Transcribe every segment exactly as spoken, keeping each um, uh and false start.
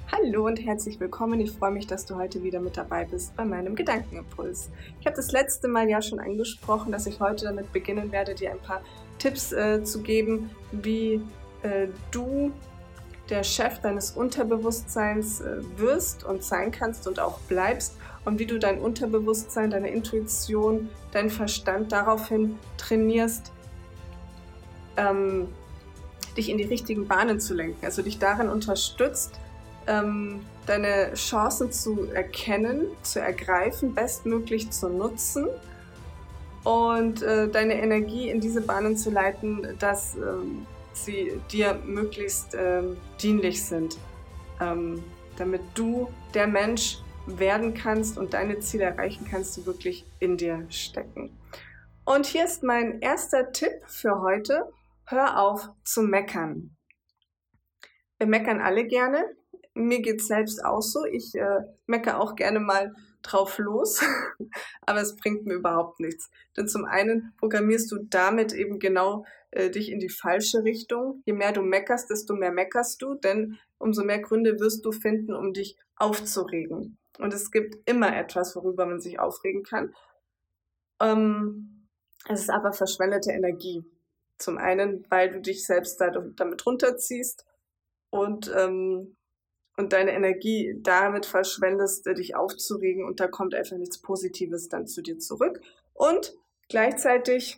Hallo und herzlich willkommen. Ich freue mich, dass du heute wieder mit dabei bist bei meinem Gedankenimpuls. Ich habe das letzte Mal ja schon angesprochen, dass ich heute damit beginnen werde, dir ein paar Tipps äh, zu geben, wie äh, du der Chef deines Unterbewusstseins äh, wirst und sein kannst und auch bleibst und wie du dein Unterbewusstsein, deine Intuition, deinen Verstand daraufhin trainierst, ähm, dich in die richtigen Bahnen zu lenken, also dich darin unterstützt, ähm, deine Chancen zu erkennen, zu ergreifen, bestmöglich zu nutzen und äh, deine Energie in diese Bahnen zu leiten, dass ähm, sie dir möglichst ähm, dienlich sind, ähm, damit du der Mensch werden kannst und deine Ziele erreichen kannst, die wirklich in dir stecken. Und hier ist mein erster Tipp für heute: Hör auf zu meckern. Wir meckern alle gerne. Mir geht's selbst auch so. Ich äh, meckere auch gerne mal drauf los, aber es bringt mir überhaupt nichts. Denn zum einen programmierst du damit eben genau äh, dich in die falsche Richtung. Je mehr du meckerst, desto mehr meckerst du, denn umso mehr Gründe wirst du finden, um dich aufzuregen. Und es gibt immer etwas, worüber man sich aufregen kann. Ähm, es ist aber verschwendete Energie. Zum einen, weil du dich selbst damit runterziehst und ähm, und deine Energie damit verschwendest, dich aufzuregen, und da kommt einfach nichts Positives dann zu dir zurück. Und gleichzeitig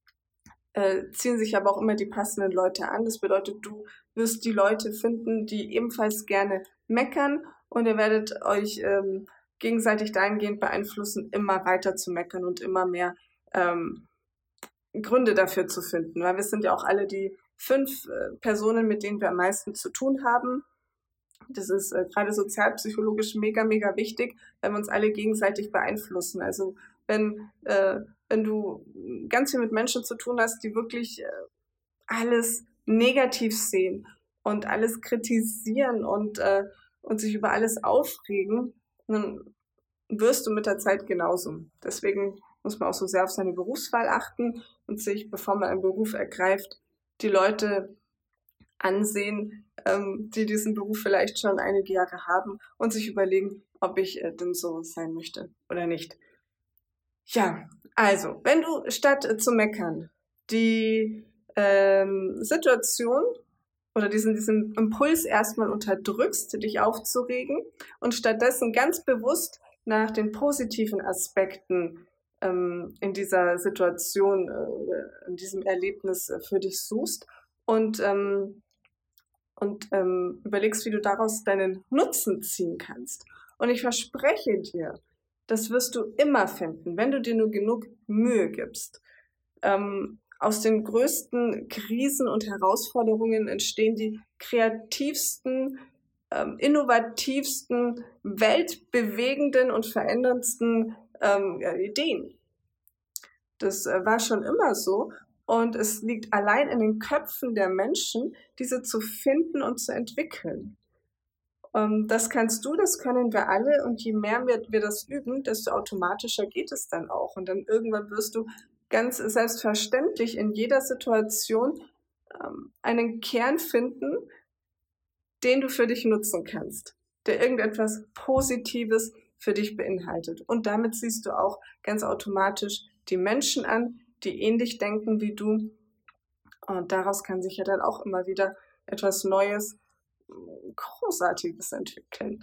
äh, ziehen sich aber auch immer die passenden Leute an. Das bedeutet, du wirst die Leute finden, die ebenfalls gerne meckern, und ihr werdet euch ähm, gegenseitig dahingehend beeinflussen, immer weiter zu meckern und immer mehr ähm, Gründe dafür zu finden. Weil wir sind ja auch alle die fünf äh, Personen, mit denen wir am meisten zu tun haben. Das ist äh, gerade sozialpsychologisch mega, mega wichtig, weil wir uns alle gegenseitig beeinflussen. Also wenn, äh, wenn du ganz viel mit Menschen zu tun hast, die wirklich äh, alles negativ sehen und alles kritisieren und, äh, und sich über alles aufregen, dann wirst du mit der Zeit genauso. Deswegen muss man auch so sehr auf seine Berufswahl achten und sich, bevor man einen Beruf ergreift, die Leute ansehen, ähm, die diesen Beruf vielleicht schon einige Jahre haben, und sich überlegen, ob ich äh, denn so sein möchte oder nicht. Ja, also, wenn du statt äh, zu meckern die ähm, Situation oder diesen, diesen Impuls erstmal unterdrückst, dich aufzuregen, und stattdessen ganz bewusst nach den positiven Aspekten ähm, in dieser Situation, äh, in diesem Erlebnis äh, für dich suchst und ähm, und ähm, überlegst, wie du daraus deinen Nutzen ziehen kannst. Und ich verspreche dir, das wirst du immer finden, wenn du dir nur genug Mühe gibst. Ähm, aus den größten Krisen und Herausforderungen entstehen die kreativsten, ähm, innovativsten, weltbewegenden und veränderndsten ähm, ja, Ideen. Das äh, war schon immer so. Und es liegt allein in den Köpfen der Menschen, diese zu finden und zu entwickeln. Ähm, das kannst du, das können wir alle. Und je mehr wir, wir das üben, desto automatischer geht es dann auch. Und dann irgendwann wirst du ganz selbstverständlich in jeder Situation ähm, einen Kern finden, den du für dich nutzen kannst, der irgendetwas Positives für dich beinhaltet. Und damit siehst du auch ganz automatisch die Menschen an, die ähnlich denken wie du. Und daraus kann sich ja dann auch immer wieder etwas Neues, Großartiges entwickeln.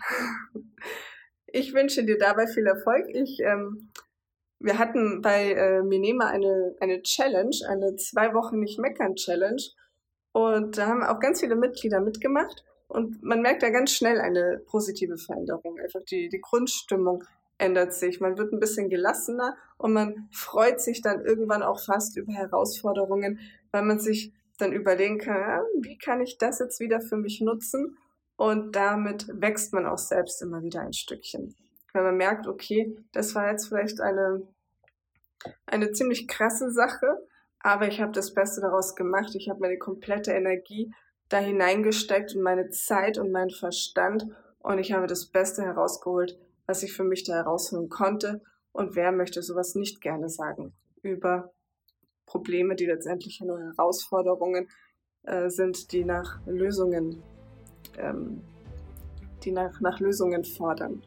Ich wünsche dir dabei viel Erfolg. Ich, ähm, wir hatten bei äh, Minema eine, eine Challenge, eine zwei Wochen nicht meckern Challenge. Und da haben auch ganz viele Mitglieder mitgemacht. Und man merkt da ganz schnell eine positive Veränderung. Einfach die, die Grundstimmung ändert sich. Man wird ein bisschen gelassener und man freut sich dann irgendwann auch fast über Herausforderungen, weil man sich dann überlegen kann, ja, wie kann ich das jetzt wieder für mich nutzen? Und damit wächst man auch selbst immer wieder ein Stückchen. Weil man merkt, okay, das war jetzt vielleicht eine, eine ziemlich krasse Sache, aber ich habe das Beste daraus gemacht. Ich habe meine komplette Energie da hineingesteckt und meine Zeit und meinen Verstand, und ich habe das Beste herausgeholt, was ich für mich da herausholen konnte. Und wer möchte sowas nicht gerne sagen über Probleme, die letztendlich nur Herausforderungen äh, sind, die nach Lösungen ähm, die nach, nach Lösungen fordern.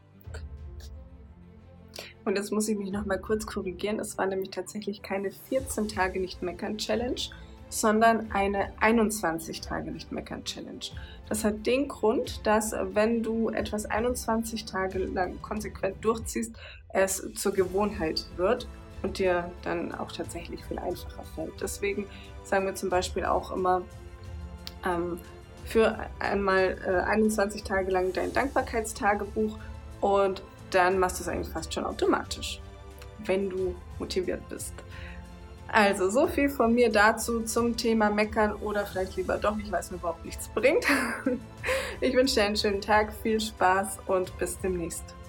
Und jetzt muss ich mich noch mal kurz korrigieren. Es war nämlich tatsächlich keine vierzehn Tage Nicht-Meckern-Challenge, sondern eine einundzwanzig Tage Nicht-Meckern-Challenge. Das hat den Grund, dass wenn du etwas einundzwanzig Tage lang konsequent durchziehst, es zur Gewohnheit wird und dir dann auch tatsächlich viel einfacher fällt. Deswegen sagen wir zum Beispiel auch immer, ähm, für einmal äh, einundzwanzig Tage lang dein Dankbarkeitstagebuch und dann machst du es eigentlich fast schon automatisch, wenn du motiviert bist. Also so viel von mir dazu zum Thema Meckern oder vielleicht lieber doch, ich weiß, mir überhaupt nichts bringt. Ich wünsche dir einen schönen Tag, viel Spaß und bis demnächst.